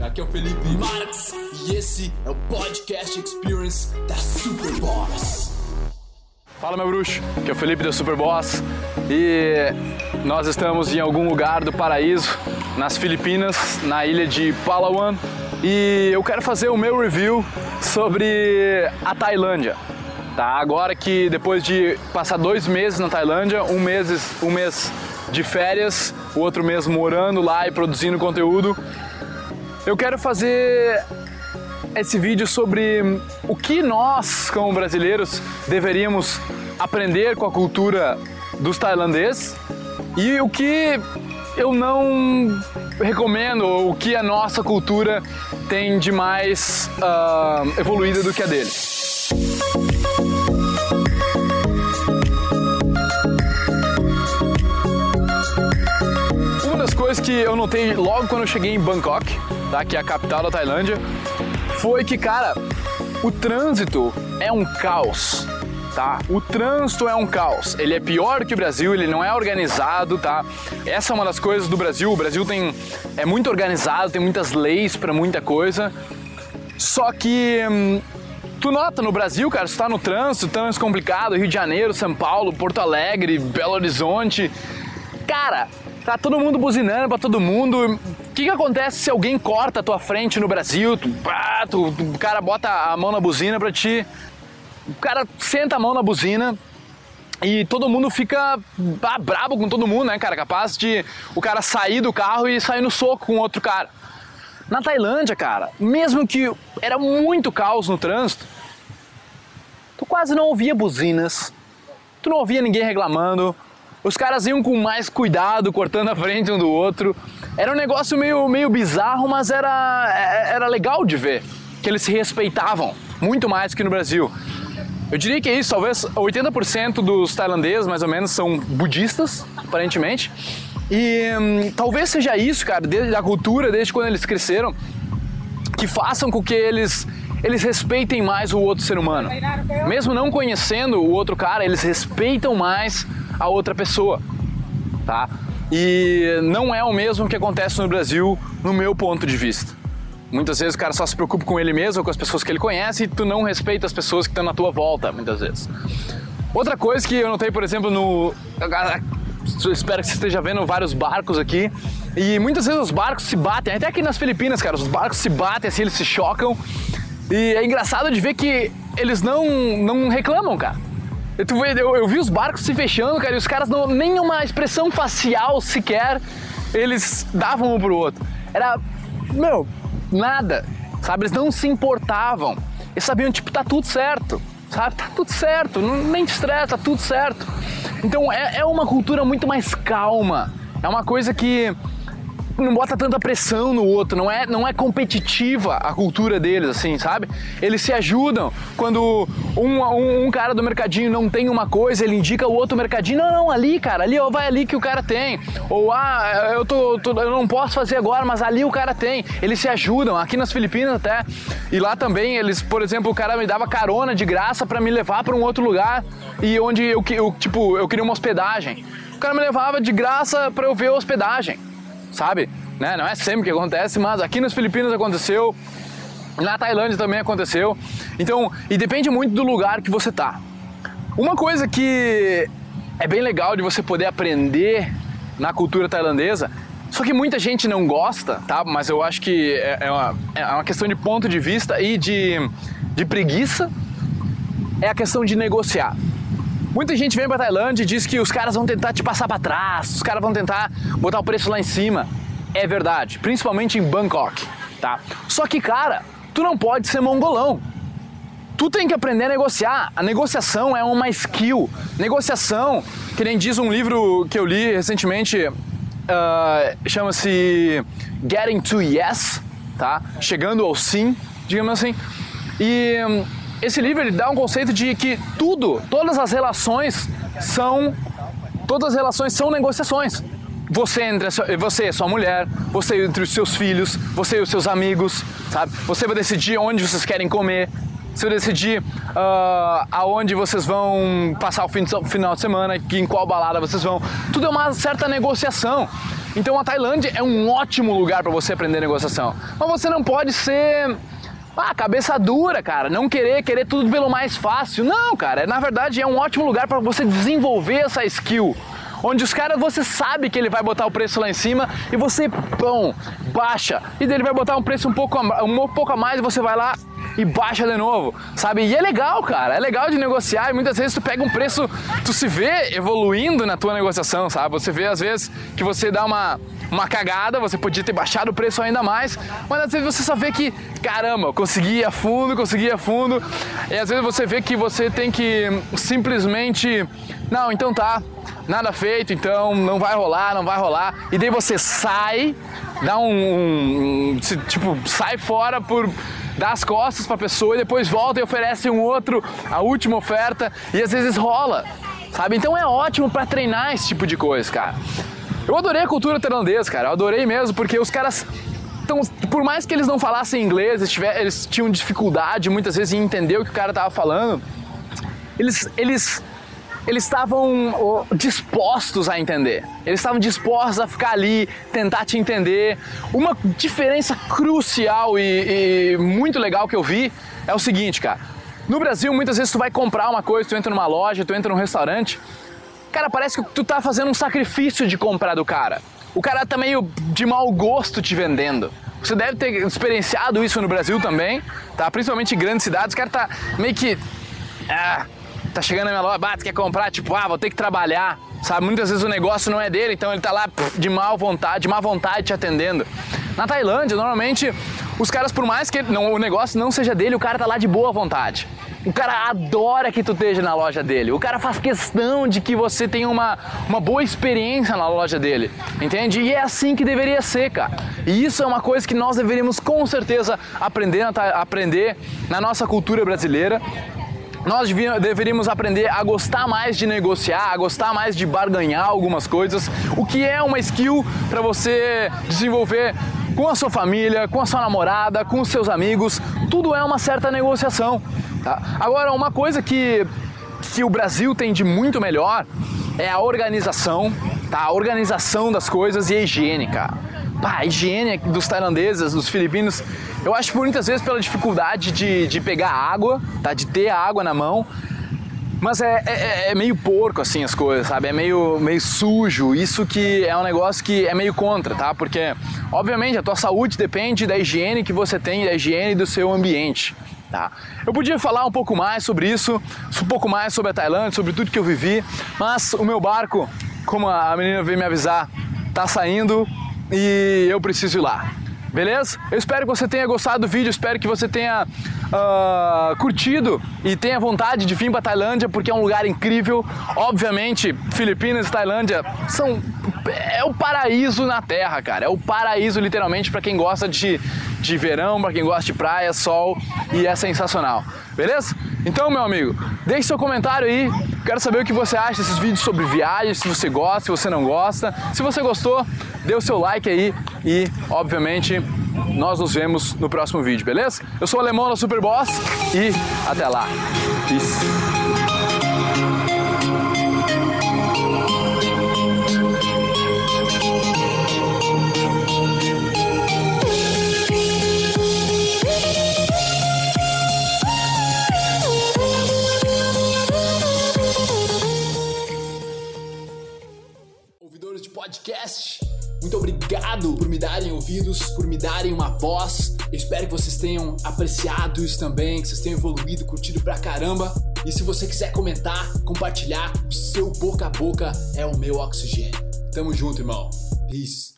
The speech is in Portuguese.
Aqui é o Felipe Marx e esse é o Podcast Experience da Superboss. Fala, meu bruxo, aqui é o Felipe da Superboss e nós estamos em algum lugar do paraíso, nas Filipinas, na ilha de Palawan, e eu quero fazer o meu review sobre a Tailândia. Tá? Agora que depois de passar 2 meses na Tailândia, um mês de férias, o outro mês morando lá e produzindo conteúdo, eu quero fazer esse vídeo sobre o que nós, como brasileiros, deveríamos aprender com a cultura dos tailandeses e o que eu não recomendo, o que a nossa cultura tem de mais evoluída do que a dele. Uma das coisas que eu notei logo quando eu cheguei em Bangkok, tá, que é a capital da Tailândia, foi que, cara, o trânsito é um caos, tá? O trânsito é um caos. Ele é pior que o Brasil, ele não é organizado, tá? Essa é uma das coisas do Brasil. O Brasil é muito organizado, tem muitas leis para muita coisa. Só que tu nota no Brasil, cara, se tá no trânsito complicado, Rio de Janeiro, São Paulo, Porto Alegre, Belo Horizonte, cara, tá todo mundo buzinando pra todo mundo. O que acontece se alguém corta a tua frente no Brasil? O cara bota a mão na buzina pra ti, o cara senta a mão na buzina e todo mundo fica brabo com todo mundo, né, cara? Capaz de o cara sair do carro e sair no soco com outro cara. Na Tailândia, cara, mesmo que era muito caos no trânsito, tu quase não ouvia buzinas, tu não ouvia ninguém reclamando. Os caras iam com mais cuidado, cortando a frente um do outro. Era um negócio meio bizarro, mas era legal de ver, que eles se respeitavam muito mais que no Brasil. Eu diria que é isso, talvez 80% dos tailandeses, mais ou menos, são budistas, aparentemente. E talvez seja isso, cara, desde a cultura, desde quando eles cresceram, que façam com que eles respeitem mais o outro ser humano. Mesmo não conhecendo o outro cara, eles respeitam mais a outra pessoa, tá? E não é o mesmo que acontece no Brasil, no meu ponto de vista. Muitas vezes o cara só se preocupa com ele mesmo, com as pessoas que ele conhece, e tu não respeita as pessoas que estão na tua volta, muitas vezes. Outra coisa que eu notei, por exemplo, eu espero que você esteja vendo vários barcos aqui, e muitas vezes os barcos se batem, até aqui nas Filipinas, cara, os barcos se batem assim, eles se chocam, e é engraçado de ver que eles não reclamam, cara. Eu vi os barcos se fechando, cara, e os caras nem uma expressão facial sequer eles davam um pro outro. Era, nada, sabe? Eles não se importavam. Eles sabiam, tipo, tá tudo certo, sabe? Tá tudo certo, nem te estressa, tá tudo certo. Então é uma cultura muito mais calma. É uma coisa que não bota tanta pressão no outro, não é competitiva a cultura deles, assim, sabe? Eles se ajudam. Quando um cara do mercadinho não tem uma coisa, ele indica o outro mercadinho, não, ali, cara, ali, ó, vai ali que o cara tem. Ou, eu não posso fazer agora, mas ali o cara tem. Eles se ajudam, aqui nas Filipinas até. E lá também, eles, por exemplo, o cara me dava carona de graça pra me levar pra um outro lugar e onde eu queria uma hospedagem. O cara me levava de graça pra eu ver a hospedagem. Sabe? Né? Não é sempre que acontece, mas aqui nas Filipinas aconteceu, na Tailândia também aconteceu. Então, e depende muito do lugar que você tá. Uma coisa que é bem legal de você poder aprender na cultura tailandesa, só que muita gente não gosta, tá? Mas eu acho que é uma questão de ponto de vista e de preguiça, é a questão de negociar. Muita gente vem pra Tailândia e diz que os caras vão tentar te passar pra trás, os caras vão tentar botar o preço lá em cima. É verdade, principalmente em Bangkok, tá? Só que, cara, tu não pode ser mongolão. Tu tem que aprender a negociar. A negociação é uma skill. Negociação, que nem diz um livro que eu li recentemente, chama-se Getting to Yes, tá? Chegando ao sim, digamos assim. E esse livro ele dá um conceito de que todas as relações são negociações. Você e sua mulher, você entre os seus filhos, você e os seus amigos, sabe? Você vai decidir onde vocês querem comer, você vai decidir aonde vocês vão passar o final de semana, em qual balada vocês vão. Tudo é uma certa negociação. Então a Tailândia é um ótimo lugar para você aprender negociação. Mas você não pode ser cabeça dura, cara, não querer tudo pelo mais fácil. Não, cara, na verdade é um ótimo lugar para você desenvolver essa skill. Onde os caras, você sabe que ele vai botar o preço lá em cima e você, baixa. E daí ele vai botar um preço um pouco a mais e você vai lá e baixa de novo, sabe? E é legal, cara, é legal de negociar e muitas vezes tu pega um preço, tu se vê evoluindo na tua negociação, sabe? Você vê às vezes que você dá uma cagada, você podia ter baixado o preço ainda mais, mas às vezes você só vê que, caramba, consegui ir a fundo, e às vezes você vê que você tem que simplesmente, não, então tá, nada feito, então não vai rolar, e daí você sai, dá sai fora dá as costas pra pessoa e depois volta e oferece a última oferta, e às vezes rola, sabe? Então é ótimo pra treinar esse tipo de coisa, cara. Eu adorei a cultura tailandesa, cara, eu adorei mesmo, porque os caras, por mais que eles não falassem inglês, eles tinham dificuldade muitas vezes em entender o que o cara tava falando, eles estavam dispostos a entender, eles estavam dispostos a ficar ali, tentar te entender. Uma diferença crucial e muito legal que eu vi é o seguinte, cara, no Brasil muitas vezes tu vai comprar uma coisa, tu entra numa loja, tu entra num restaurante, cara, parece que tu tá fazendo um sacrifício de comprar do cara. O cara tá meio de mau gosto te vendendo. Você deve ter experienciado isso no Brasil também, tá? Principalmente em grandes cidades, o cara tá meio que... tá chegando na minha loja, tu quer comprar, vou ter que trabalhar, sabe? Muitas vezes o negócio não é dele, então ele tá lá de má vontade te atendendo. Na Tailândia, normalmente, os caras, por mais que o negócio não seja dele, o cara tá lá de boa vontade. O cara adora que tu esteja na loja dele. O cara faz questão de que você tenha uma boa experiência na loja dele, entende? E é assim que deveria ser, cara. E isso é uma coisa que nós deveríamos com certeza aprender na nossa cultura brasileira. Nós deveríamos aprender a gostar mais de negociar, a gostar mais de barganhar algumas coisas, o que é uma skill para você desenvolver com a sua família, com a sua namorada, com os seus amigos. Tudo é uma certa negociação, tá? Agora, uma coisa que o Brasil tem de muito melhor é a organização, tá? A organização das coisas e a higiene, cara. A higiene dos tailandeses, dos filipinos, eu acho que muitas vezes pela dificuldade de pegar água, tá? De ter a água na mão, mas é meio porco assim as coisas, sabe? É meio sujo, isso que é um negócio que é meio contra, tá? Porque, obviamente, a tua saúde depende da higiene que você tem, da higiene do seu ambiente, tá? Eu podia falar um pouco mais sobre isso, um pouco mais sobre a Tailândia, sobre tudo que eu vivi, mas o meu barco, como a menina veio me avisar, tá saindo e eu preciso ir lá. Beleza? Eu espero que você tenha gostado do vídeo, espero que você tenha curtido e tenha vontade de vir para Tailândia, porque é um lugar incrível. Obviamente, Filipinas e Tailândia é o paraíso na Terra, cara. É o paraíso literalmente para quem gosta de verão, para quem gosta de praia, sol, e é sensacional. Beleza? Então, meu amigo, deixe seu comentário aí. Quero saber o que você acha desses vídeos sobre viagens, se você gosta, se você não gosta. Se você gostou, dê o seu like aí e, obviamente, nós nos vemos no próximo vídeo, beleza? Eu sou o Alemão da Superboss e até lá. Peace. Ouvidores de podcast, muito obrigado por me darem ouvidos, por me darem uma voz. Eu espero que vocês tenham apreciado isso também, que vocês tenham evoluído, curtido pra caramba. E se você quiser comentar, compartilhar, o seu boca a boca é o meu oxigênio. Tamo junto, irmão. Peace.